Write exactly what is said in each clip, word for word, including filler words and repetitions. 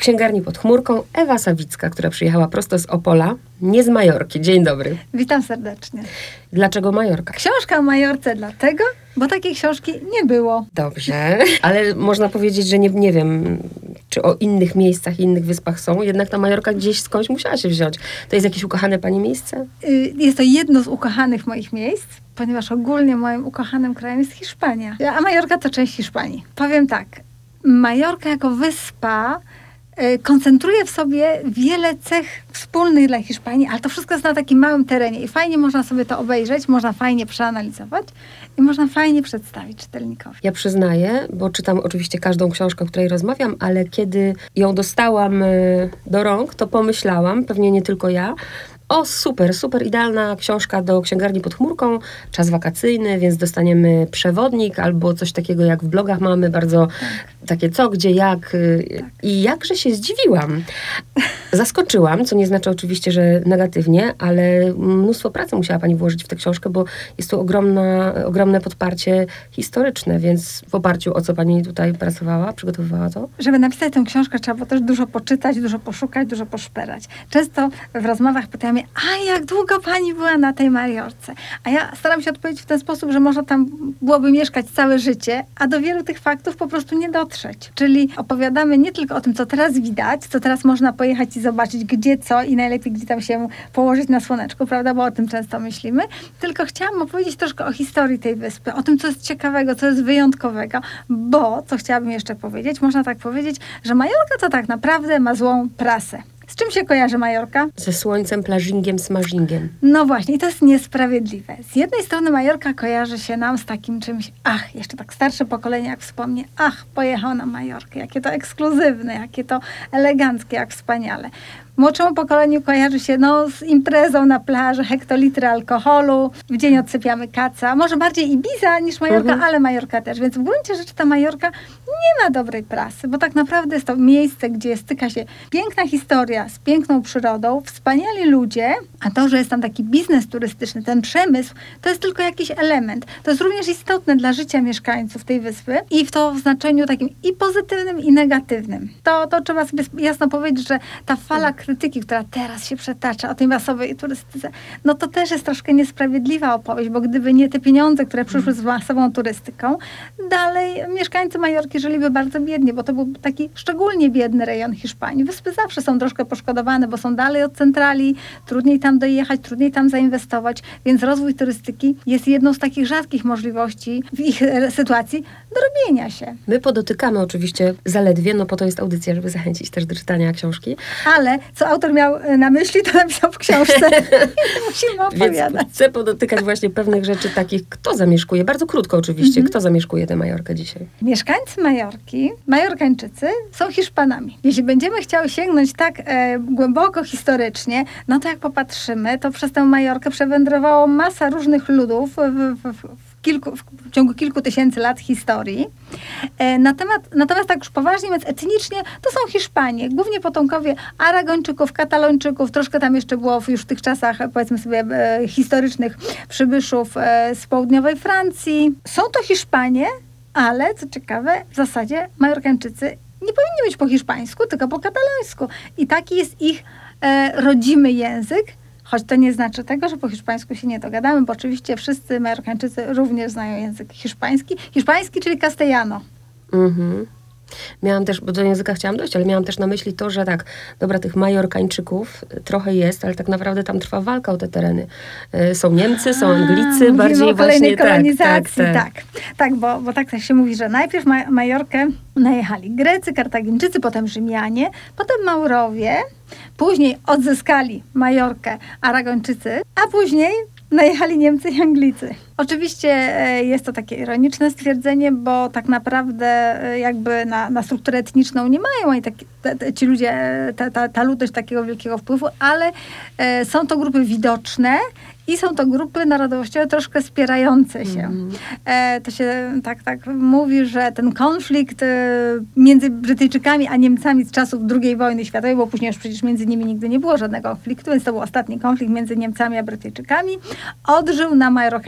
księgarni pod chmurką Ewa Sawicka, która przyjechała prosto z Opola, nie z Majorki. Dzień dobry. Witam serdecznie. Dlaczego Majorka? Książka o Majorce dlatego, bo takiej książki nie było. Dobrze, ale można powiedzieć, że nie, nie wiem, czy o innych miejscach, innych wyspach są, jednak ta Majorka gdzieś skądś musiała się wziąć. To jest jakieś ukochane pani miejsce? Jest to jedno z ukochanych moich miejsc, ponieważ ogólnie moim ukochanym krajem jest Hiszpania. A Majorka to część Hiszpanii. Powiem tak, Majorka jako wyspa koncentruje w sobie wiele cech wspólnych dla Hiszpanii, ale to wszystko jest na takim małym terenie i fajnie można sobie to obejrzeć, można fajnie przeanalizować i można fajnie przedstawić czytelnikowi. Ja przyznaję, bo czytam oczywiście każdą książkę, o której rozmawiam, ale kiedy ją dostałam do rąk, to pomyślałam, pewnie nie tylko ja, o super, super idealna książka do księgarni pod chmurką, czas wakacyjny, więc dostaniemy przewodnik albo coś takiego jak w blogach mamy, bardzo tak. takie co, gdzie, jak. Tak. I jakże się zdziwiłam. Zaskoczyłam, co nie znaczy oczywiście, że negatywnie, ale mnóstwo pracy musiała pani włożyć w tę książkę, bo jest tu ogromna, ogromne podparcie historyczne, więc w oparciu o co pani tutaj pracowała, przygotowywała to? Żeby napisać tę książkę, trzeba było też dużo poczytać, dużo poszukać, dużo poszperać. Często w rozmowach pytają mnie, a jak długo pani była na tej Majorce? A ja staram się odpowiedzieć w ten sposób, że można tam byłoby mieszkać całe życie, a do wielu tych faktów po prostu nie dotrzeć. Czyli opowiadamy nie tylko o tym, co teraz widać, co teraz można pojechać i zobaczyć, gdzie co i najlepiej, gdzie tam się położyć na słoneczku, prawda, bo o tym często myślimy, tylko chciałam opowiedzieć troszkę o historii tej wyspy, o tym, co jest ciekawego, co jest wyjątkowego, bo, co chciałabym jeszcze powiedzieć, można tak powiedzieć, że Majorka to tak naprawdę ma złą prasę. Z czym się kojarzy Majorka? Ze słońcem, plażingiem, smażingiem. No właśnie, i to jest niesprawiedliwe. Z jednej strony Majorka kojarzy się nam z takim czymś, ach, jeszcze tak starsze pokolenie jak wspomnie, ach, pojechał na Majorkę, jakie to ekskluzywne, jakie to eleganckie, jak wspaniale. Młodszemu pokoleniu kojarzy się no, z imprezą na plaży, hektolitry alkoholu, w dzień odsypiamy kaca. Może bardziej Ibiza niż Majorka, mhm. ale Majorka też. Więc w gruncie rzeczy ta Majorka nie ma dobrej prasy, bo tak naprawdę jest to miejsce, gdzie styka się piękna historia z piękną przyrodą, wspaniali ludzie, a to, że jest tam taki biznes turystyczny, ten przemysł, to jest tylko jakiś element. To jest również istotne dla życia mieszkańców tej wyspy i w to w znaczeniu takim i pozytywnym, i negatywnym. To, to trzeba sobie jasno powiedzieć, że ta fala krytyki, która teraz się przetacza o tej masowej turystyce, no to też jest troszkę niesprawiedliwa opowieść, bo gdyby nie te pieniądze, które przyszły z masową turystyką, dalej mieszkańcy Majorki żyliby bardzo biednie, bo to był taki szczególnie biedny rejon Hiszpanii. Wyspy zawsze są troszkę poszkodowane, bo są dalej od centrali, trudniej tam dojechać, trudniej tam zainwestować, więc rozwój turystyki jest jedną z takich rzadkich możliwości w ich sytuacji do robienia się. My podotykamy oczywiście zaledwie, no po to jest audycja, żeby zachęcić też do czytania książki. Ale co autor miał na myśli, to napisał w książce. Musimy opowiadać. Więc chcę podotykać właśnie pewnych rzeczy takich, kto zamieszkuje, bardzo krótko oczywiście, mm-hmm. kto zamieszkuje tę Majorkę dzisiaj? Mieszkańcy Majorki, Majorkańczycy są Hiszpanami. Jeśli będziemy chciały sięgnąć tak e, głęboko historycznie, no to jak popatrzymy, to przez tę Majorkę przewędrowało masa różnych ludów w, w, w Kilku, w ciągu kilku tysięcy lat historii. E, natomiast, natomiast tak już poważnie, więc etnicznie to są Hiszpanie, głównie potomkowie Aragończyków, Katalończyków, troszkę tam jeszcze było w, już w tych czasach, powiedzmy sobie, e, historycznych przybyszów e, z południowej Francji. Są to Hiszpanie, ale co ciekawe, w zasadzie Majorkańczycy nie powinni być po hiszpańsku, tylko po katalońsku. I taki jest ich e, rodzimy język. Choć to nie znaczy tego, że po hiszpańsku się nie dogadamy, bo oczywiście wszyscy Majorkańczycy również znają język hiszpański. Hiszpański, czyli castellano. Mhm. Miałam też, bo do języka chciałam dojść, ale miałam też na myśli to, że tak, dobra, tych Majorkańczyków trochę jest, ale tak naprawdę tam trwa walka o te tereny. Są Niemcy, są Anglicy, A, bardziej o kolejnej właśnie kolonizacji, tak. Tak, tak, tak. tak bo, bo tak się mówi, że najpierw Ma- Majorkę najechali Grecy, Kartagińczycy, potem Rzymianie, potem Maurowie, później odzyskali Majorkę Aragończycy, a później najechali Niemcy i Anglicy. Oczywiście jest to takie ironiczne stwierdzenie, bo tak naprawdę jakby na, na strukturę etniczną nie mają oni taki, te, te, ci ludzie, ta, ta, ta ludność takiego wielkiego wpływu, ale e, są to grupy widoczne i są to grupy narodowościowe troszkę spierające się. Mm. E, to się tak, tak mówi, że ten konflikt e, między Brytyjczykami a Niemcami z czasów drugiej wojny światowej, bo później już przecież między nimi nigdy nie było żadnego konfliktu, więc to był ostatni konflikt między Niemcami a Brytyjczykami, odżył na majorkańskiej ziemi.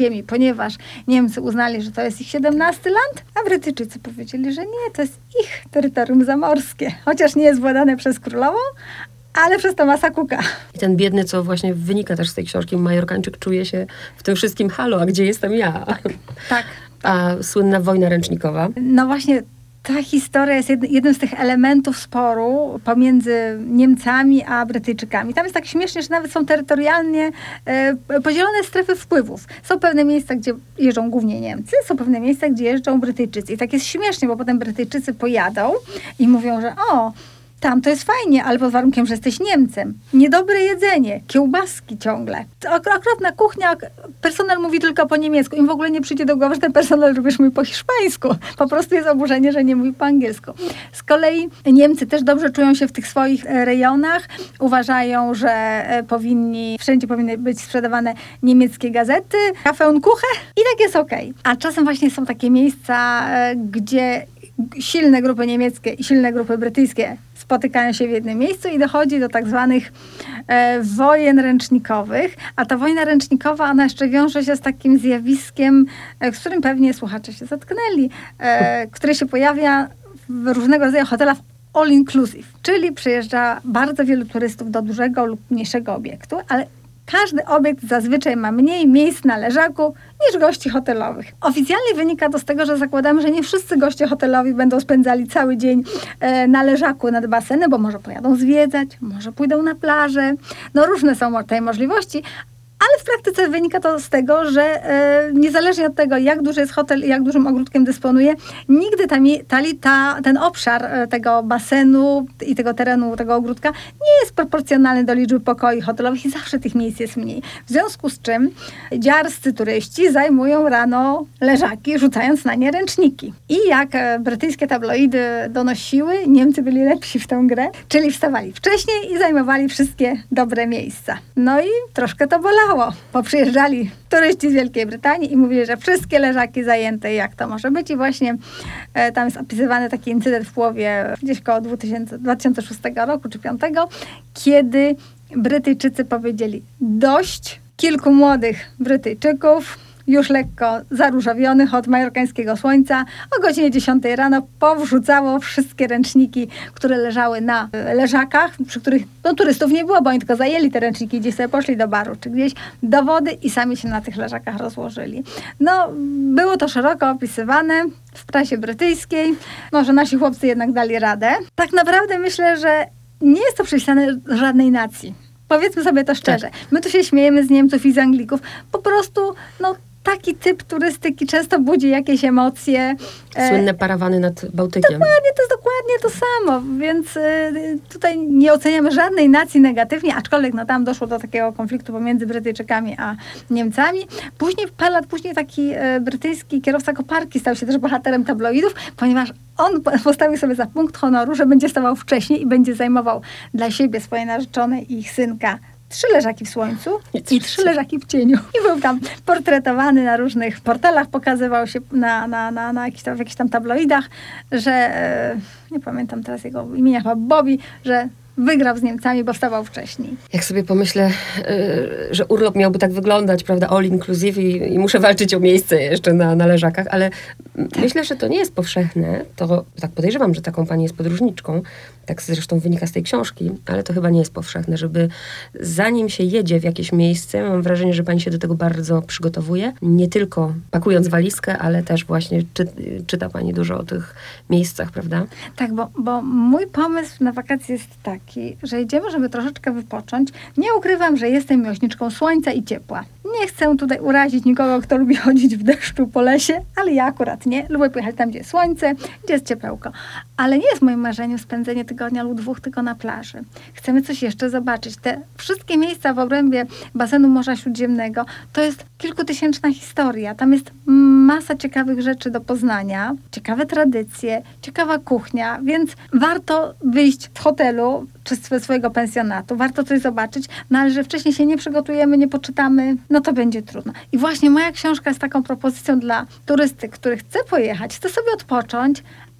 ziemi, ponieważ Niemcy uznali, że to jest ich siedemnasty land, a Brytyjczycy powiedzieli, że nie, to jest ich terytorium zamorskie, chociaż nie jest władane przez królową, ale przez Thomasa Cooka. I ten biedny, co właśnie wynika też z tej książki, Majorkańczyk czuje się w tym wszystkim halo, a gdzie jestem ja? Tak, tak. A słynna wojna ręcznikowa? No właśnie, ta historia jest jednym z tych elementów sporu pomiędzy Niemcami a Brytyjczykami. Tam jest tak śmiesznie, że nawet są terytorialnie e, podzielone strefy wpływów. Są pewne miejsca, gdzie jeżdżą głównie Niemcy, są pewne miejsca, gdzie jeżdżą Brytyjczycy. I tak jest śmiesznie, bo potem Brytyjczycy pojadą i mówią, że o, tam to jest fajnie, ale pod warunkiem, że jesteś Niemcem. Niedobre jedzenie, kiełbaski ciągle. Okropna kuchnia, personel mówi tylko po niemiecku. Im w ogóle nie przyjdzie do głowy, że ten personel również mówi po hiszpańsku. Po prostu jest oburzenie, że nie mówi po angielsku. Z kolei Niemcy też dobrze czują się w tych swoich rejonach. Uważają, że powinni, wszędzie powinny być sprzedawane niemieckie gazety, Kaffee und Kuchen i tak jest okej. A czasem właśnie są takie miejsca, gdzie silne grupy niemieckie i silne grupy brytyjskie spotykają się w jednym miejscu i dochodzi do tak zwanych e, wojen ręcznikowych. A ta wojna ręcznikowa, ona jeszcze wiąże się z takim zjawiskiem, e, z którym pewnie słuchacze się zetknęli, e, które się pojawia w różnego rodzaju hotelach all inclusive. Czyli przyjeżdża bardzo wielu turystów do dużego lub mniejszego obiektu, ale każdy obiekt zazwyczaj ma mniej miejsc na leżaku niż gości hotelowych. Oficjalnie wynika to z tego, że zakładamy, że nie wszyscy goście hotelowi będą spędzali cały dzień e, na leżaku nad basenem, bo może pojadą zwiedzać, może pójdą na plażę. No różne są te możliwości, ale w praktyce wynika to z tego, że e, niezależnie od tego, jak duży jest hotel i jak dużym ogródkiem dysponuje, nigdy ta, ta, ta, ten obszar e, tego basenu i tego terenu, tego ogródka nie jest proporcjonalny do liczby pokoi hotelowych i zawsze tych miejsc jest mniej. W związku z czym dziarscy turyści zajmują rano leżaki, rzucając na nie ręczniki. I jak e, brytyjskie tabloidy donosiły, Niemcy byli lepsi w tę grę, czyli wstawali wcześniej i zajmowali wszystkie dobre miejsca. No i troszkę to bolało. Bo przyjeżdżali turyści z Wielkiej Brytanii i mówili, że wszystkie leżaki zajęte, jak to może być. I właśnie e, tam jest opisywany taki incydent w połowie, gdzieś koło dwa tysiące szóstego roku czy dwa tysiące piątego, kiedy Brytyjczycy powiedzieli dość. Kilku młodych Brytyjczyków, już lekko zaróżowionych od majorkańskiego słońca, o godzinie dziesiątej rano powrzucało wszystkie ręczniki, które leżały na leżakach, przy których no, turystów nie było, bo oni tylko zajęli te ręczniki, gdzieś sobie poszli do baru, czy gdzieś do wody i sami się na tych leżakach rozłożyli. No, było to szeroko opisywane w prasie brytyjskiej. Może nasi chłopcy jednak dali radę. Tak naprawdę myślę, że nie jest to przypisane żadnej nacji. Powiedzmy sobie to szczerze. My tu się śmiejemy z Niemców i z Anglików. Po prostu, no, taki typ turystyki często budzi jakieś emocje. Słynne parawany nad Bałtykiem. Dokładnie, to jest dokładnie to samo, więc y, tutaj nie oceniamy żadnej nacji negatywnie, aczkolwiek no, tam doszło do takiego konfliktu pomiędzy Brytyjczykami a Niemcami. Później, parę lat później taki y, brytyjski kierowca koparki stał się też bohaterem tabloidów, ponieważ on postawił sobie za punkt honoru, że będzie stawał wcześniej i będzie zajmował dla siebie, swojej narzeczonej i ich synka trzy leżaki w słońcu i trzy, i trzy leżaki w cieniu. I był tam portretowany na różnych portalach, pokazywał się na, na, na, na jakichś tam, w jakichś tam tabloidach, że e, nie pamiętam teraz jego imienia, chyba Bobby, że wygrał z Niemcami, bo wstawał wcześniej. Jak sobie pomyślę, yy, że urlop miałby tak wyglądać, prawda, all inclusive i, i muszę walczyć o miejsce jeszcze na, na leżakach, ale tak. Myślę, że to nie jest powszechne. To tak podejrzewam, że ta pani jest podróżniczką. Tak zresztą wynika z tej książki, ale to chyba nie jest powszechne, żeby zanim się jedzie w jakieś miejsce, mam wrażenie, że pani się do tego bardzo przygotowuje. Nie tylko pakując walizkę, ale też właśnie czy, czyta pani dużo o tych miejscach, prawda? Tak, bo, bo mój pomysł na wakacje jest taki, że jedziemy, żeby troszeczkę wypocząć. Nie ukrywam, że jestem miłośniczką słońca i ciepła. Nie chcę tutaj urazić nikogo, kto lubi chodzić w deszczu po lesie, ale ja akurat nie. Lubię pojechać tam, gdzie jest słońce, gdzie jest ciepełko. Ale nie jest moim marzeniem spędzenie tygodnia lub dwóch tylko na plaży. Chcemy coś jeszcze zobaczyć. Te wszystkie miejsca w obrębie basenu Morza Śródziemnego to jest kilkutysięczna historia. Tam jest masa ciekawych rzeczy do poznania, ciekawe tradycje, ciekawa kuchnia, więc warto wyjść z hotelu czy ze swojego pensjonatu. Warto coś zobaczyć, no ale że wcześniej się nie przygotujemy, nie poczytamy, no to będzie trudno. I właśnie moja książka jest taką propozycją dla turysty, który chce pojechać, chce sobie odpocząć,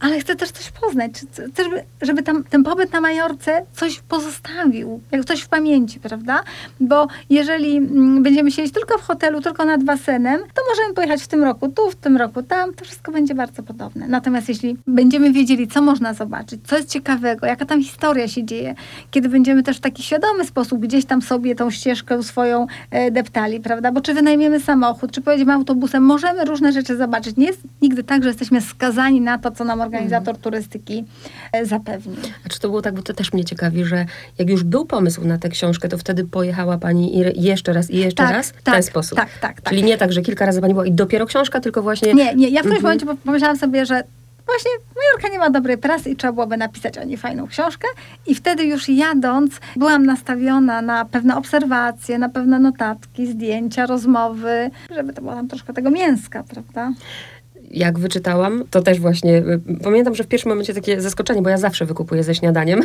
ale chcę też coś poznać, chcę, żeby, żeby tam ten pobyt na Majorce coś pozostawił, jak coś w pamięci, prawda? Bo jeżeli mm, będziemy siedzieć tylko w hotelu, tylko nad basenem, to możemy pojechać w tym roku tu, w tym roku tam, to wszystko będzie bardzo podobne. Natomiast jeśli będziemy wiedzieli, co można zobaczyć, co jest ciekawego, jaka tam historia się dzieje, kiedy będziemy też w taki świadomy sposób gdzieś tam sobie tą ścieżkę swoją e, deptali, prawda? Bo czy wynajmiemy samochód, czy pojedziemy autobusem, możemy różne rzeczy zobaczyć. Nie jest nigdy tak, że jesteśmy skazani na to, co nam organizator mm. turystyki e, zapewni. A czy to było tak, bo to też mnie ciekawi, że jak już był pomysł na tę książkę, to wtedy pojechała pani i jeszcze raz i jeszcze tak, raz w tak, ten sposób? Tak, tak, tak. Czyli nie tak, że kilka razy pani była i dopiero książka, tylko właśnie... Nie, nie. Ja w którymś mm-hmm. momencie pomyślałam sobie, że właśnie Majorka nie ma dobrej prasy i trzeba byłoby napisać o niej fajną książkę. I wtedy już jadąc byłam nastawiona na pewne obserwacje, na pewne notatki, zdjęcia, rozmowy, żeby to było tam troszkę tego mięska, prawda? Jak wyczytałam, to też właśnie, pamiętam, że w pierwszym momencie takie zaskoczenie, bo ja zawsze wykupuję ze śniadaniem,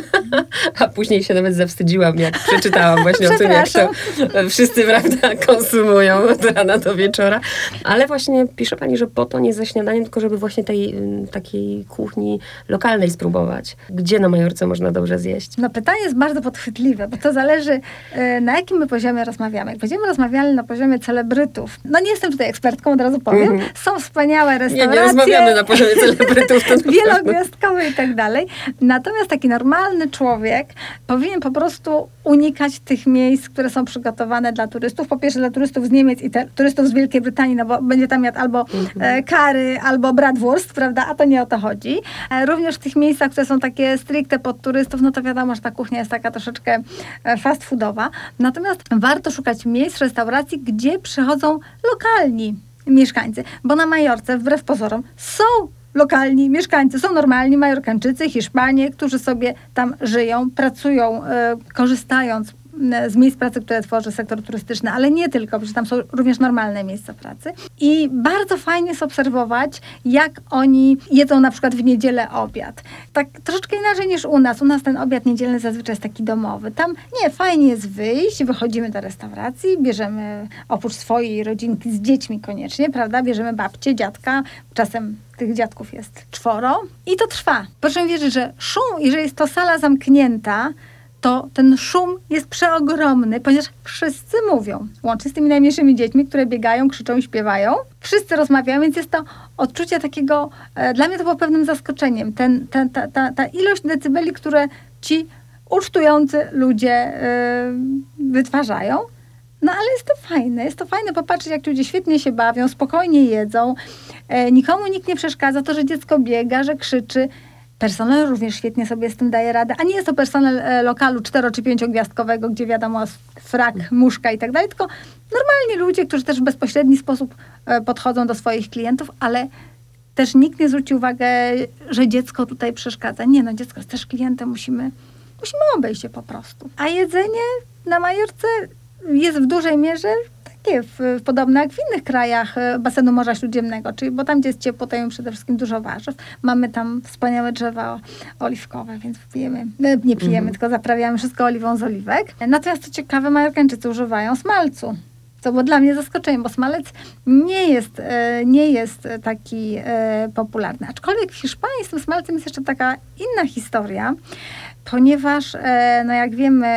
a później się nawet zawstydziłam, jak przeczytałam właśnie o tym, jak to wszyscy, prawda, konsumują od rana do wieczora. Ale właśnie pisze pani, że po to nie ze śniadaniem, tylko żeby właśnie tej takiej kuchni lokalnej spróbować. Gdzie na Majorce można dobrze zjeść? No pytanie jest bardzo podchwytliwe, bo to zależy, na jakim my poziomie rozmawiamy. Jak będziemy rozmawiali na poziomie celebrytów, no nie jestem tutaj ekspertką, od razu powiem, mm-hmm. są wspaniałe restauracje, Nie, nie rozmawiamy na poziomie celebrytów. Wielogwiazdkowe i tak dalej. Natomiast taki normalny człowiek powinien po prostu unikać tych miejsc, które są przygotowane dla turystów. Po pierwsze dla turystów z Niemiec i te, turystów z Wielkiej Brytanii, no bo będzie tam jadł albo mhm. e, curry, albo bratwurst, prawda? A to nie o to chodzi. E, również w tych miejscach, które są takie stricte pod turystów, no to wiadomo, że ta kuchnia jest taka troszeczkę e, fast foodowa. Natomiast warto szukać miejsc, restauracji, gdzie przychodzą lokalni mieszkańcy, bo na Majorce, wbrew pozorom, są lokalni mieszkańcy, są normalni Majorkańczycy, Hiszpanie, którzy sobie tam żyją, pracują, e, korzystając z miejsc pracy, które tworzy sektor turystyczny, ale nie tylko, przecież tam są również normalne miejsca pracy. I bardzo fajnie jest obserwować, jak oni jedzą na przykład w niedzielę obiad. Tak troszeczkę inaczej niż u nas. U nas ten obiad niedzielny zazwyczaj jest taki domowy. Tam nie, fajnie jest wyjść, wychodzimy do restauracji, bierzemy oprócz swojej rodzinki z dziećmi koniecznie, prawda, bierzemy babcię, dziadka, czasem tych dziadków jest czworo i to trwa. Proszę wierzyć, że szum, jeżeli jest to sala zamknięta, to ten szum jest przeogromny, ponieważ wszyscy mówią, łącznie z tymi najmniejszymi dziećmi, które biegają, krzyczą i śpiewają. Wszyscy rozmawiają, więc jest to odczucie takiego, e, dla mnie to było pewnym zaskoczeniem. Ten, ten, ta, ta, ta ilość decybeli, które ci ucztujący ludzie e, wytwarzają. No ale jest to fajne, jest to fajne popatrzeć, jak ludzie świetnie się bawią, spokojnie jedzą, e, nikomu nikt nie przeszkadza, to, że dziecko biega, że krzyczy. Personel również świetnie sobie z tym daje radę, a nie jest to personel e, lokalu cztero- czy pięciogwiazdkowego, gdzie wiadomo, frak, muszka i tak dalej, tylko normalni ludzie, którzy też w bezpośredni sposób e, podchodzą do swoich klientów, ale też nikt nie zwróci uwagę, że dziecko tutaj przeszkadza. Nie, no dziecko jest też klientem, musimy, musimy obejść je po prostu. A jedzenie na Majorce jest w dużej mierze takie w, w podobne jak w innych krajach basenu Morza Śródziemnego, czyli bo tam, gdzie jest ciepło, to jemy przede wszystkim dużo warzyw. Mamy tam wspaniałe drzewa oliwkowe, więc pijemy, nie pijemy, mhm. tylko zaprawiamy wszystko oliwą z oliwek. Natomiast co ciekawe, Majorkańczycy używają smalcu. To było dla mnie zaskoczeniem, bo smalec nie jest, nie jest taki popularny. Aczkolwiek w Hiszpanii z tym smalcem jest jeszcze taka inna historia, ponieważ, no jak wiemy,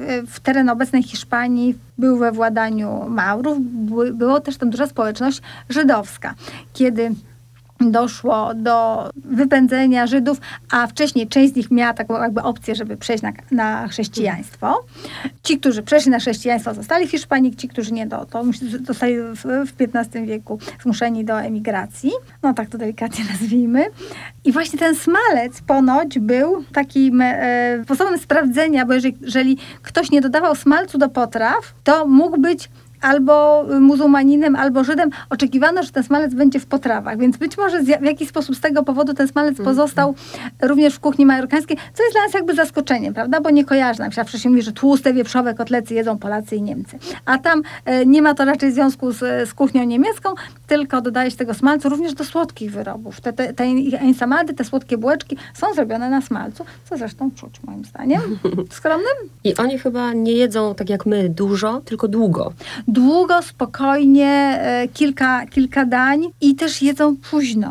w teren obecnej Hiszpanii był we władaniu Maurów, było też tam duża społeczność żydowska. Kiedy doszło do wypędzenia Żydów, a wcześniej część z nich miała taką jakby opcję, żeby przejść na, na chrześcijaństwo. Ci, którzy przeszli na chrześcijaństwo, zostali w Hiszpanii, ci, którzy nie, to, to zostali w, w piętnastym wieku zmuszeni do emigracji. No tak to delikatnie nazwijmy. I właśnie ten smalec ponoć był takim e, sposobem sprawdzenia, bo jeżeli, jeżeli ktoś nie dodawał smalcu do potraw, to mógł być albo muzułmaninem, albo Żydem. Oczekiwano, że ten smalec będzie w potrawach, więc być może w jakiś sposób z tego powodu ten smalec mm. pozostał również w kuchni majorkańskiej, co jest dla nas jakby zaskoczeniem, prawda, bo nie kojarzy nam się. Zawsze się mówi, że tłuste, wieprzowe kotlecy jedzą Polacy i Niemcy. A tam e, nie ma to raczej związku z, z kuchnią niemiecką, tylko dodaje się tego smalcu również do słodkich wyrobów. Te, te, te ensamady, te słodkie bułeczki są zrobione na smalcu, co zresztą czuć moim zdaniem. Skromnym? I oni chyba nie jedzą tak jak my dużo, tylko długo. Długo, spokojnie, e, kilka, kilka dań i też jedzą późno.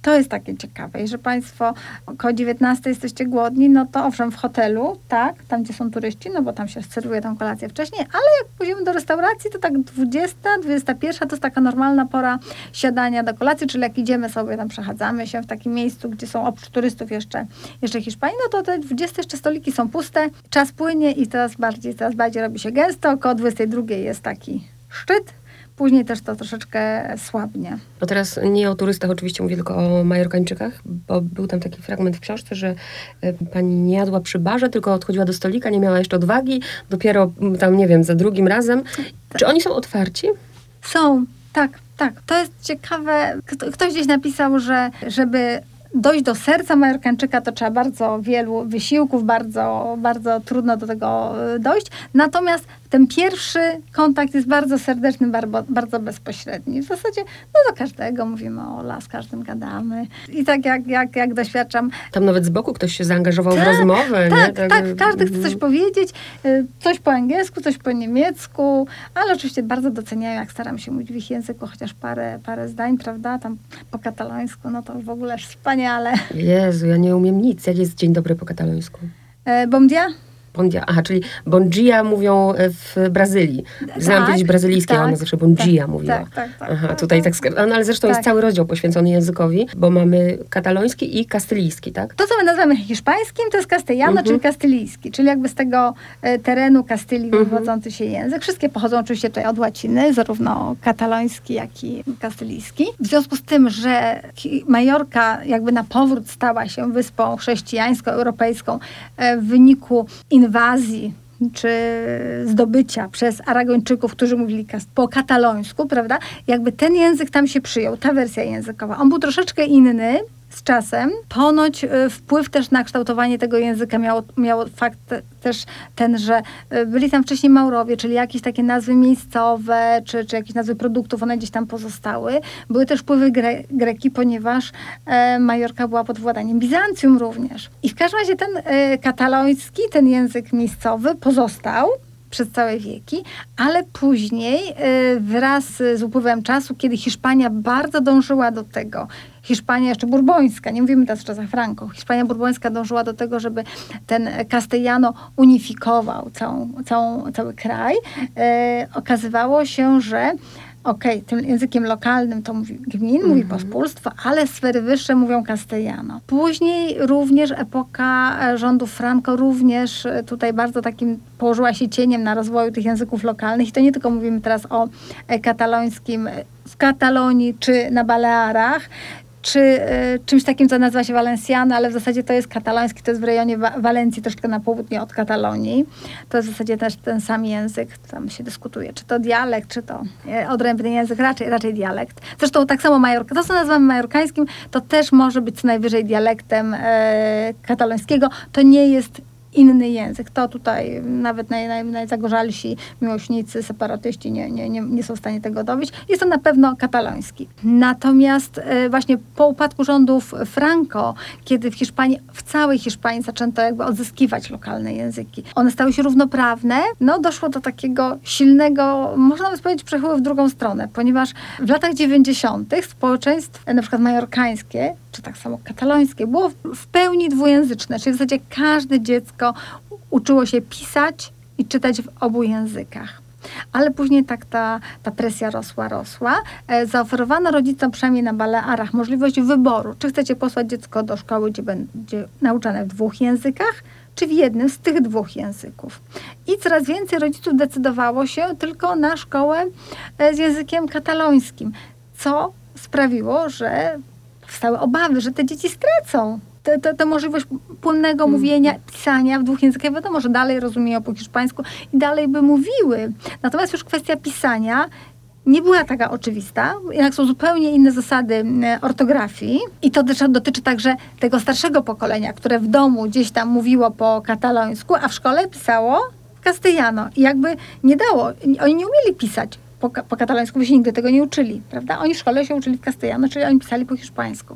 To jest takie ciekawe. I że Państwo około dziewiętnastej jesteście głodni, no to owszem, w hotelu, tak, tam gdzie są turyści, no bo tam się serwuje tą kolację wcześniej, ale jak pójdziemy do restauracji, to tak dwudziesta, dwudziesta pierwsza to jest taka normalna pora siadania do kolacji, czyli jak idziemy sobie tam, przechadzamy się w takim miejscu, gdzie są oprócz turystów jeszcze, jeszcze Hiszpanii, no to te dwudzieste jeszcze stoliki są puste, czas płynie i teraz bardziej, teraz bardziej robi się gęsto, około dwudziestej drugiej jest taki szczyt, później też to troszeczkę słabnie. No teraz nie o turystach oczywiście mówię, tylko o Majorkańczykach, bo był tam taki fragment w książce, że pani nie jadła przy barze, tylko odchodziła do stolika, nie miała jeszcze odwagi, dopiero tam, nie wiem, za drugim razem. Tak. Czy oni są otwarci? Są, tak, tak. To jest ciekawe. Ktoś gdzieś napisał, że żeby dojść do serca Majorkańczyka, to trzeba bardzo wielu wysiłków, bardzo, bardzo trudno do tego dojść. Natomiast ten pierwszy kontakt jest bardzo serdeczny, bardzo, bardzo bezpośredni. W zasadzie no do każdego mówimy ola, z każdym gadamy. I tak jak, jak, jak doświadczam... Tam nawet z boku ktoś się zaangażował tak, w rozmowę. Tak, nie? tak, tak. Każdy chce coś powiedzieć. Coś po angielsku, coś po niemiecku. Ale oczywiście bardzo doceniają, jak staram się mówić w ich języku, chociaż parę, parę zdań, prawda? Tam po katalońsku, no to w ogóle wspaniale. Jezu, ja nie umiem nic. Jak jest dzień dobry po katalońsku? E, bom dia? Bon dia. Aha, czyli bon dia mówią w Brazylii. Znam tak, kiedyś brazylijskie, tak, ona zawsze bon dia tak, mówiła. Tak, tak, tak. Aha, tutaj tak, tak no, ale zresztą tak. jest cały rozdział poświęcony językowi, bo mamy kataloński i kastylijski, tak? To, co my nazywamy hiszpańskim, to jest castellano, mhm. czyli kastylijski, czyli jakby z tego e, terenu Kastylii mhm. wywodzący się język. Wszystkie pochodzą oczywiście tutaj od łaciny, zarówno kataloński, jak i kastylijski. W związku z tym, że Majorka jakby na powrót stała się wyspą chrześcijańsko-europejską e, w wyniku inwazji czy zdobycia przez Aragończyków, którzy mówili po katalońsku, prawda? Jakby ten język tam się przyjął, ta wersja językowa. On był troszeczkę inny z czasem. Ponoć wpływ też na kształtowanie tego języka miało, miało fakt też ten, że byli tam wcześniej Maurowie, czyli jakieś takie nazwy miejscowe, czy, czy jakieś nazwy produktów, one gdzieś tam pozostały. Były też wpływy gre, Greki, ponieważ e, Majorka była pod władaniem Bizancjum również. I w każdym razie ten e, kataloński, ten język miejscowy pozostał przez całe wieki, ale później wraz z upływem czasu, kiedy Hiszpania bardzo dążyła do tego, Hiszpania jeszcze burbońska, nie mówimy teraz o czasach Franco, Hiszpania burbońska dążyła do tego, żeby ten castellano unifikował całą, całą, cały kraj, e, okazywało się, że okej, okay, tym językiem lokalnym to mówi gmin, mm-hmm. mówi pospólstwo, ale sfery wyższe mówią castellano. Później również epoka rządów Franco również tutaj bardzo takim położyła się cieniem na rozwoju tych języków lokalnych. I to nie tylko mówimy teraz o katalońskim w Katalonii czy na Balearach, czy y, czymś takim, co nazywa się Valenciano, ale w zasadzie to jest kataloński, to jest w rejonie Wa- Walencji, troszkę na południe od Katalonii. To jest w zasadzie też ten sam język, tam się dyskutuje, czy to dialekt, czy to e, odrębny język, raczej, raczej dialekt. Zresztą tak samo Majorka, to co nazywamy majorkańskim, to też może być co najwyżej dialektem e, katalońskiego. To nie jest inny język. To tutaj nawet naj, naj, najzagorzalsi miłośnicy, separatyści nie, nie, nie, nie są w stanie tego dowiedzieć. Jest to na pewno kataloński. Natomiast e, właśnie po upadku rządów Franco, kiedy w Hiszpanii, w całej Hiszpanii zaczęto jakby odzyskiwać lokalne języki. One stały się równoprawne. No doszło do takiego silnego, można by powiedzieć, przechyłu w drugą stronę, ponieważ w latach dziewięćdziesiątych społeczeństw, na przykład majorkańskie, czy tak samo katalońskie, było w pełni dwujęzyczne, czyli w zasadzie każde dziecko uczyło się pisać i czytać w obu językach. Ale później tak ta, ta presja rosła, rosła. E, zaoferowano rodzicom, przynajmniej na Balearach, możliwość wyboru, czy chcecie posłać dziecko do szkoły, gdzie będzie nauczane w dwóch językach, czy w jednym z tych dwóch języków. I coraz więcej rodziców decydowało się tylko na szkołę e, z językiem katalońskim, co sprawiło, że powstały obawy, że te dzieci stracą tę możliwość płynnego mm. mówienia, pisania w dwóch językach. Wiadomo, że dalej rozumieją po hiszpańsku i dalej by mówiły. Natomiast już kwestia pisania nie była taka oczywista. Jednak są zupełnie inne zasady ortografii. I to też dotyczy także tego starszego pokolenia, które w domu gdzieś tam mówiło po katalońsku, a w szkole pisało w castellano. I jakby nie dało. Oni nie umieli pisać Po, po katalońsku, bo się nigdy tego nie uczyli, prawda? Oni w szkole się uczyli w castellano, czyli oni pisali po hiszpańsku.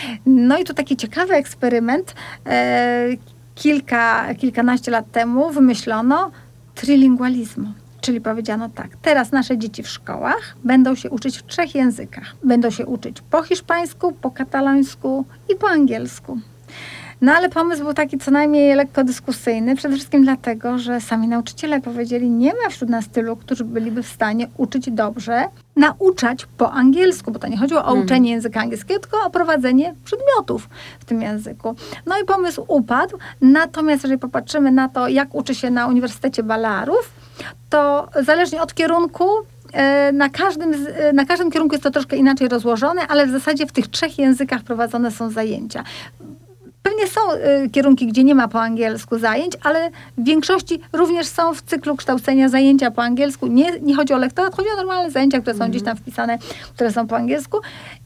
No i tu taki ciekawy eksperyment. E, kilka, kilkanaście lat temu wymyślono trilingualizmu. Czyli powiedziano tak, teraz nasze dzieci w szkołach będą się uczyć w trzech językach. Będą się uczyć po hiszpańsku, po katalońsku i po angielsku. No ale pomysł był taki co najmniej lekko dyskusyjny, przede wszystkim dlatego, że sami nauczyciele powiedzieli, nie ma wśród nas tylu, którzy byliby w stanie uczyć dobrze, nauczać po angielsku, bo to nie chodziło o Mhm. uczenie języka angielskiego, tylko o prowadzenie przedmiotów w tym języku. No i pomysł upadł, natomiast jeżeli popatrzymy na to, jak uczy się na Uniwersytecie Balearów, to zależnie od kierunku, na każdym, z- na każdym kierunku jest to troszkę inaczej rozłożone, ale w zasadzie w tych trzech językach prowadzone są zajęcia. Pewnie są y, kierunki, gdzie nie ma po angielsku zajęć, ale w większości również są w cyklu kształcenia zajęcia po angielsku. Nie, nie chodzi o lektorat, chodzi o normalne zajęcia, które są gdzieś tam wpisane, które są po angielsku.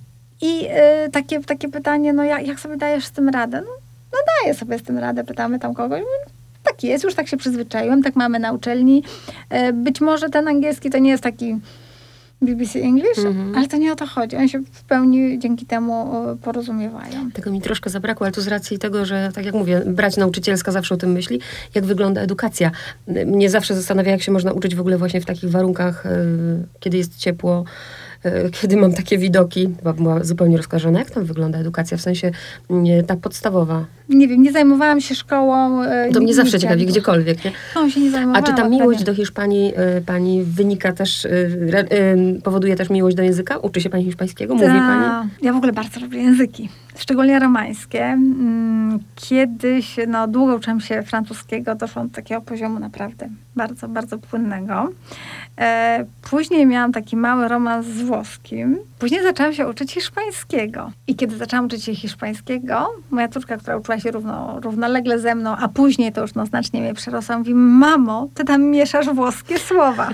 I y, takie, takie pytanie, no jak, jak sobie dajesz z tym radę? No, no daję sobie z tym radę, pytamy tam kogoś. Mówię, tak jest, już tak się przyzwyczaiłem, tak mamy na uczelni. Y, być może ten angielski to nie jest taki B B C English, Mhm. ale to nie o to chodzi. Oni się w pełni dzięki temu y, porozumiewają. Tego mi troszkę zabrakło, ale to z racji tego, że tak jak mówię, brać nauczycielska zawsze o tym myśli, jak wygląda edukacja. Mnie zawsze zastanawia, jak się można uczyć w ogóle właśnie w takich warunkach, y, kiedy jest ciepło, y, kiedy mam takie widoki, bo była zupełnie rozkojarzona. Jak tam wygląda edukacja, w sensie nie, ta podstawowa? Nie wiem, nie zajmowałam się szkołą. y, To mnie nie zawsze widziałam. ciekawi, gdziekolwiek, nie? Szkołą się nie A zajmowałam. czy ta miłość prawie. do Hiszpanii y, pani wynika też, y, re, y, powoduje też miłość do języka? Uczy się pani hiszpańskiego? Mówi Ta, pani? Ja w ogóle bardzo lubię języki, szczególnie romańskie. Mm, Kiedyś, no długo uczyłam się francuskiego, doszłam do takiego poziomu naprawdę bardzo, bardzo płynnego. E, później miałam taki mały romans z włoskim. Później zaczęłam się uczyć hiszpańskiego. I kiedy zaczęłam uczyć się hiszpańskiego, moja córka, która uczyła się równo, równolegle ze mną, a później to już no, znacznie mnie przerosła, mówi, mamo, ty tam mieszasz włoskie słowa.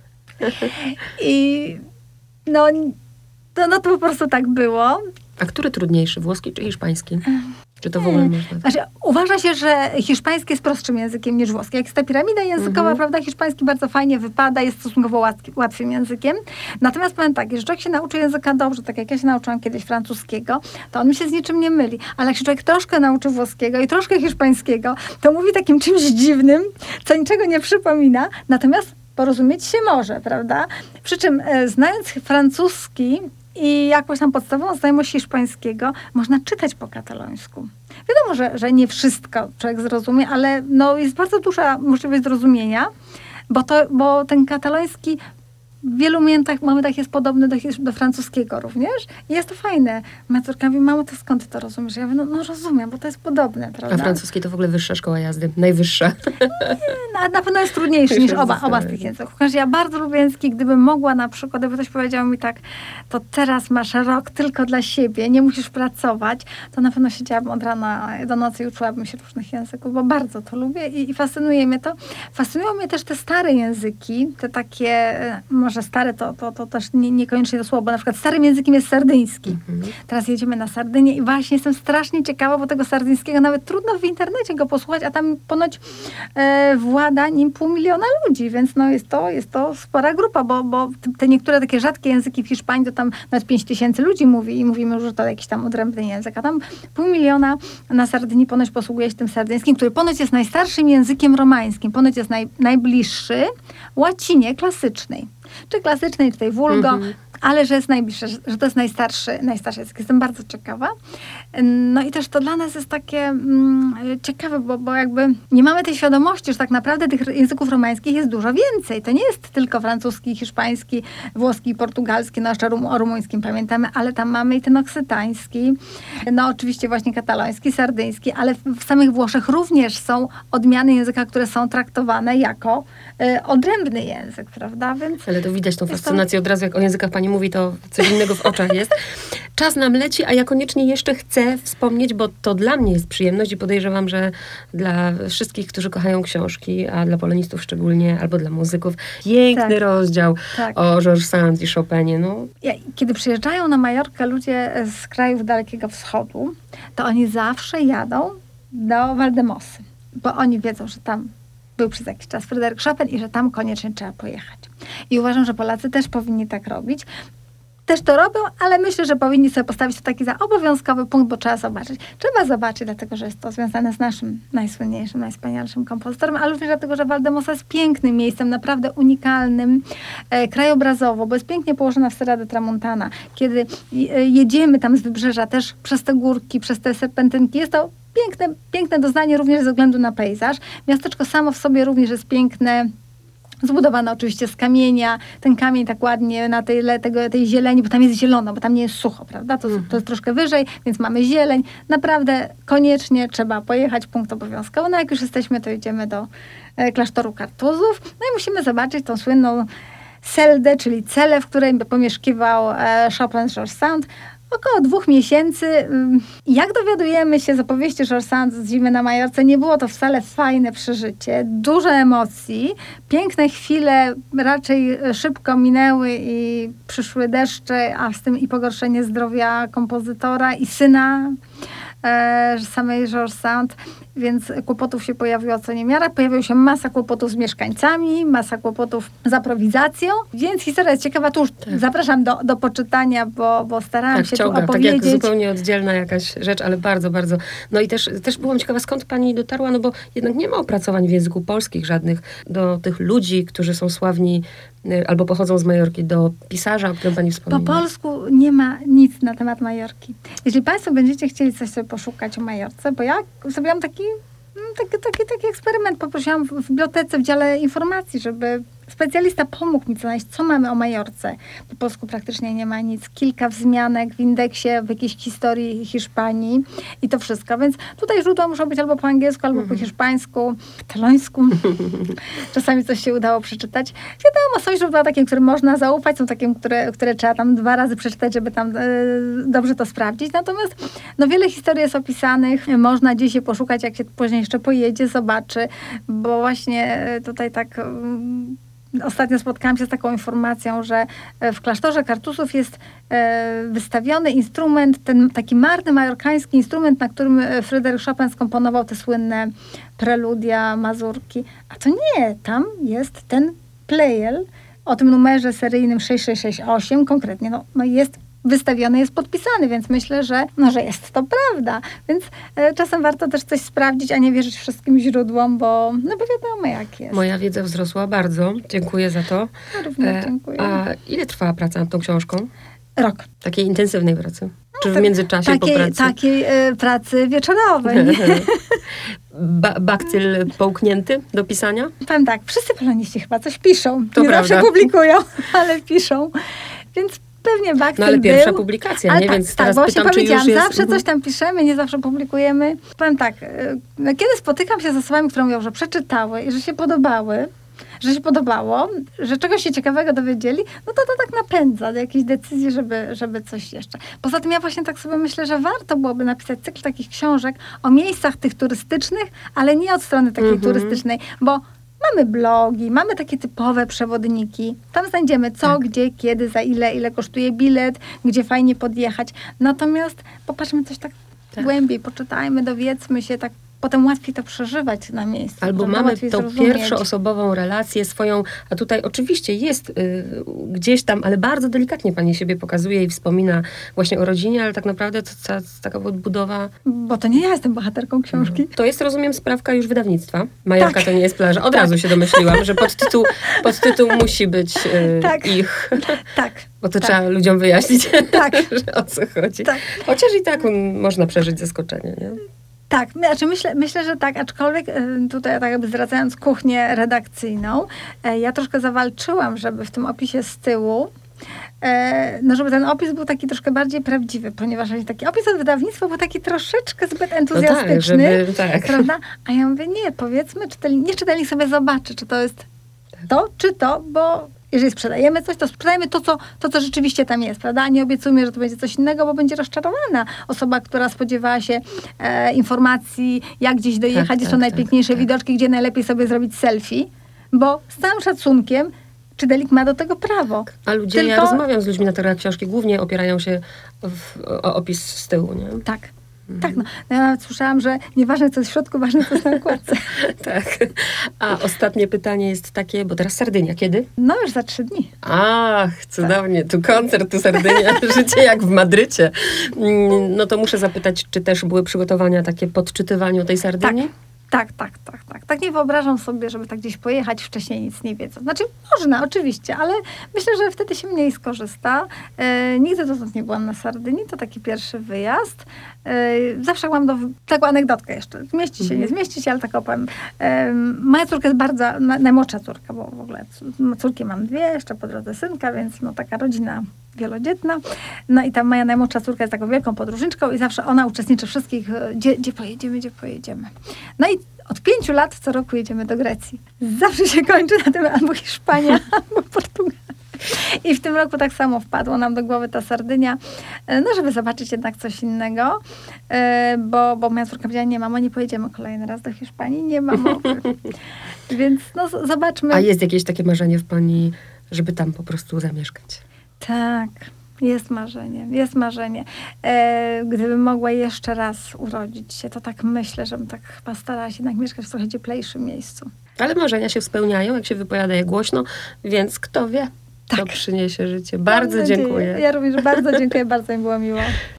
I no, no, no to po prostu tak było. A który trudniejszy, włoski czy hiszpański? Czy to w ogóle można? Znaczy, uważa się, że hiszpański jest prostszym językiem niż włoski. Jak jest ta piramida językowa, Mhm. prawda, hiszpański bardzo fajnie wypada, jest stosunkowo łatw, łatwym językiem. Natomiast powiem tak, jeżeli człowiek się nauczy języka dobrze, tak jak ja się nauczyłam kiedyś francuskiego, to on mi się z niczym nie myli. Ale jak się człowiek troszkę nauczy włoskiego i troszkę hiszpańskiego, to mówi takim czymś dziwnym, co niczego nie przypomina, natomiast porozumieć się może, prawda? Przy czym e, znając francuski i jakąś tam podstawową znajomość hiszpańskiego, można czytać po katalońsku. Wiadomo, że, że nie wszystko człowiek zrozumie, ale no, jest bardzo duża możliwość zrozumienia, bo, to, bo ten kataloński w wielu momentach, momentach jest podobny do, hisz- do francuskiego również. I jest to fajne. Moja córka mówi, mamo, to skąd ty to rozumiesz? Ja mówię, no, no rozumiem, bo to jest podobne, prawda? A francuski to w ogóle wyższa szkoła jazdy, najwyższa. Na, na pewno jest trudniejszy Już niż jest oba, oba z zastanawiam. tych języków. Chociaż ja bardzo lubię języki, gdybym mogła na przykład, gdyby ktoś powiedział mi tak, to teraz masz rok tylko dla siebie, nie musisz pracować, to na pewno siedziałabym od rana do nocy i uczyłabym się różnych języków, bo bardzo to lubię i, i fascynuje mnie to. Fascynują mnie też te stare języki, te takie, e, może stare to, to, to też nie, niekoniecznie to słowo, bo na przykład starym językiem jest sardyński. Mhm. Teraz jedziemy na Sardynię i właśnie jestem strasznie ciekawa, bo tego sardyńskiego nawet trudno w internecie go posłuchać, a tam ponoć e, włada nim pół miliona ludzi, więc no jest to, jest to spora grupa, bo, bo te niektóre takie rzadkie języki w Hiszpanii to tam nawet pięć tysięcy ludzi mówi i mówimy, że to jakiś tam odrębny język, a tam pół miliona na Sardynii ponoć posługuje się tym sardyńskim, który ponoć jest najstarszym językiem romańskim, ponoć jest naj, najbliższy łacinie klasycznej. Czy klasycznej, czy tej wulgo, Mhm. ale że jest najbliższe, że że to jest najstarszy, najstarszy język. Jestem bardzo ciekawa. No i też to dla nas jest takie mm, ciekawe, bo, bo jakby nie mamy tej świadomości, że tak naprawdę tych języków romańskich jest dużo więcej. To nie jest tylko francuski, hiszpański, włoski, portugalski, no jeszcze rum, o rumuńskim pamiętamy, ale tam mamy i ten oksytański, no oczywiście właśnie kataloński, sardyński, ale w, w samych Włoszech również są odmiany języka, które są traktowane jako y, odrębny język, prawda? Więc Ale to widać tą Jest to- fascynację od razu, jak o językach pani mówi, to coś innego w oczach jest. Czas nam leci, a ja koniecznie jeszcze chcę wspomnieć, bo to dla mnie jest przyjemność i podejrzewam, że dla wszystkich, którzy kochają książki, a dla polonistów szczególnie, albo dla muzyków, piękny Tak. rozdział tak. o Georges Sand i Chopinie. No, Ja, kiedy przyjeżdżają na Majorkę ludzie z krajów Dalekiego Wschodu, to oni zawsze jadą do Valdemosy, bo oni wiedzą, że tam był przez jakiś czas Fryderyk Chopin i że tam koniecznie trzeba pojechać. I uważam, że Polacy też powinni tak robić. też to robią, ale myślę, że powinni sobie postawić to taki za obowiązkowy punkt, bo trzeba zobaczyć. Trzeba zobaczyć, dlatego że jest to związane z naszym najsłynniejszym, najwspanialszym kompozytorem, ale również dlatego, że Valdemosa jest pięknym miejscem, naprawdę unikalnym e, krajobrazowo, bo jest pięknie położona w Serra de Tramontana. Kiedy e, jedziemy tam z wybrzeża też przez te górki, przez te serpentynki, jest to piękne, piękne doznanie również ze względu na pejzaż. Miasteczko samo w sobie również jest piękne, zbudowane oczywiście z kamienia, ten kamień tak ładnie na tej, tego, tej zieleni, bo tam jest zielono, bo tam nie jest sucho, prawda? To, to jest troszkę wyżej, więc mamy zieleń. Naprawdę koniecznie trzeba pojechać, punkt obowiązkowy. No jak już jesteśmy, to idziemy do e, klasztoru Kartuzów. No i musimy zobaczyć tą słynną celdę, czyli celę, w której pomieszkiwał e, Chopin z George Sand. Około dwóch miesięcy. Jak dowiadujemy się z opowieści George Sand z Zimy na Majorce, nie było to wcale fajne przeżycie. Dużo emocji. Piękne chwile raczej szybko minęły i przyszły deszcze, a z tym i pogorszenie zdrowia kompozytora i syna e, samej George Sand. Więc kłopotów się pojawiło co niemiara. Pojawiła się masa kłopotów z mieszkańcami, masa kłopotów z aprowizacją. Więc historia jest ciekawa. Tu już tak. Zapraszam do, do poczytania, bo, bo starałam tak, się wciąga, tu opowiedzieć. Tak jak zupełnie oddzielna jakaś rzecz, ale bardzo, bardzo. No i też, też byłam ciekawa, skąd pani dotarła, no bo jednak nie ma opracowań w języku polskich żadnych do tych ludzi, którzy są sławni albo pochodzą z Majorki, do pisarza, o którym pani wspomniała. Po polsku nie ma nic na temat Majorki. Jeśli państwo będziecie chcieli coś sobie poszukać o Majorce, bo ja zrobiłam taki, taki, taki, taki eksperyment, poprosiłam w bibliotece, w dziale informacji, żeby specjalista pomógł mi znaleźć, co mamy o Majorce. Po polsku praktycznie nie ma nic. Kilka wzmianek w indeksie, w jakiejś historii Hiszpanii i to wszystko. Więc tutaj źródła muszą być albo po angielsku, albo po hiszpańsku, katalońsku. Czasami coś się udało przeczytać. Wiadomo, są źródła takie, którym można zaufać, są takie, które, które trzeba tam dwa razy przeczytać, żeby tam e, dobrze to sprawdzić. Natomiast no, wiele historii jest opisanych. Można gdzieś je poszukać, jak się później jeszcze pojedzie, zobaczy, bo właśnie tutaj tak... Um, Ostatnio spotkałam się z taką informacją, że w klasztorze Kartuzów jest wystawiony instrument, ten taki marny majorkański instrument, na którym Fryderyk Chopin skomponował te słynne preludia, mazurki. A to nie, tam jest ten pleyel o tym numerze seryjnym sześć sześć sześć osiem konkretnie, no, no jest wystawiony, jest podpisany, więc myślę, że, no, że jest to prawda. Więc e, czasem warto też coś sprawdzić, a nie wierzyć wszystkim źródłom, bo, no bo wiadomo jak jest. Moja wiedza wzrosła bardzo. Dziękuję za to. Ja również dziękuję. E, a ile trwała praca nad tą książką? Rok. Takiej intensywnej pracy? Czy no, w międzyczasie takiej, po pracy? Takiej e, pracy wieczorowej. ba- bakcyl połknięty do pisania? Powiem tak, wszyscy poloniści chyba coś piszą. To nie prawda. zawsze publikują, ale piszą. Więc pewnie bakcyl No ale pierwsza był, publikacja, ale nie? tak, Więc tak, teraz właśnie pytam, czy już powiedziałam, jest... zawsze coś tam piszemy, nie zawsze publikujemy. Powiem tak, kiedy spotykam się z osobami, które mówią, że przeczytały i że się podobały, że się podobało, że czegoś się ciekawego dowiedzieli, no to to tak napędza do jakiejś decyzji, żeby, żeby coś jeszcze. Poza tym ja właśnie tak sobie myślę, że warto byłoby napisać cykl takich książek o miejscach tych turystycznych, ale nie od strony takiej mm-hmm. turystycznej, bo mamy blogi, mamy takie typowe przewodniki. Tam znajdziemy co, tak. gdzie, kiedy, za ile, ile kosztuje bilet, gdzie fajnie podjechać. Natomiast popatrzmy coś tak, tak. głębiej, poczytajmy, dowiedzmy się tak. Potem łatwiej to przeżywać na miejscu. Albo mamy tą zrozumieć. Pierwszoosobową relację swoją, a tutaj oczywiście jest y, gdzieś tam, ale bardzo delikatnie pani siebie pokazuje i wspomina właśnie o rodzinie, ale tak naprawdę to, to, to taka odbudowa... Bo to nie ja jestem bohaterką książki. Mhm. To jest, rozumiem, sprawka już wydawnictwa. Majorka tak. to nie jest plaża. Od tak. razu się domyśliłam, że podtytuł, podtytuł musi być y, tak. ich. Tak. Bo to tak. trzeba ludziom wyjaśnić, tak. że o co chodzi. Tak. Chociaż i tak um, można przeżyć zaskoczenie, nie? Tak, znaczy myślę, myślę, że tak, aczkolwiek tutaj tak jakby zdradzając kuchnię redakcyjną, ja troszkę zawalczyłam, żeby w tym opisie z tyłu, no żeby ten opis był taki troszkę bardziej prawdziwy, ponieważ taki opis od wydawnictwa był taki troszeczkę zbyt entuzjastyczny, no tak, żeby, tak. prawda? A ja mówię, nie, powiedzmy, czytelnik, nie czytelnik sobie zobaczy, czy to jest to, czy to, bo jeżeli sprzedajemy coś, to sprzedajemy to co, to, co rzeczywiście tam jest, prawda? Nie obiecujmy, że to będzie coś innego, bo będzie rozczarowana osoba, która spodziewała się e, informacji, jak gdzieś dojechać, tak, gdzie tak, są najpiękniejsze tak, widoczki, tak. gdzie najlepiej sobie zrobić selfie, bo z całym szacunkiem czytelnik ma do tego prawo. A ludzie, Tylko... ja rozmawiam z ludźmi na temat książki, głównie opierają się w, o opis z tyłu, nie? Tak. Tak, no. Ja nawet słyszałam, że nieważne co jest w środku, ważne co jest na okładce. tak. A ostatnie pytanie jest takie, bo teraz Sardynia, kiedy? No już za trzy dni. Ach, cudownie, tu koncert, tu Sardynia, życie jak w Madrycie. Mm, No to muszę zapytać, czy też były przygotowania takie po odczytywaniu tej Sardynii? Tak, tak, tak, tak. Tak nie wyobrażam sobie, żeby tak gdzieś pojechać, wcześniej nic nie wiedząc. Znaczy, można, oczywiście, ale myślę, że wtedy się mniej skorzysta. E, nigdy dotąd nie byłam na Sardynii, to taki pierwszy wyjazd. E, zawsze mam do, taką anegdotkę jeszcze. Zmieści się, nie zmieści się, ale tak opowiem. E, moja córka jest bardzo, na, najmłodsza córka, bo w ogóle córki mam dwie, jeszcze po drodze synka, więc no taka rodzina wielodzietna. No i ta moja najmłodsza córka jest taką wielką podróżniczką i zawsze ona uczestniczy w wszystkich, gdzie, gdzie pojedziemy, gdzie pojedziemy. No i od pięciu lat co roku jedziemy do Grecji. Zawsze się kończy na tym albo Hiszpania, albo Portugalia. I w tym roku tak samo wpadło nam do głowy ta Sardynia, no żeby zobaczyć jednak coś innego, bo, bo moja córka powiedziała, nie mamo, nie pojedziemy kolejny raz do Hiszpanii, nie ma mowy. Więc no zobaczmy. A jest jakieś takie marzenie w pani, żeby tam po prostu zamieszkać? Tak, jest marzenie, jest marzenie. E, gdybym mogła jeszcze raz urodzić się, to tak myślę, żebym tak chyba starała się jednak mieszkać w trochę cieplejszym miejscu. Ale marzenia się spełniają, jak się wypowiada je głośno, więc kto wie, Tak. to przyniesie życie. Bardzo Mam nadzieję. dziękuję. Ja również bardzo dziękuję, bardzo mi było miło.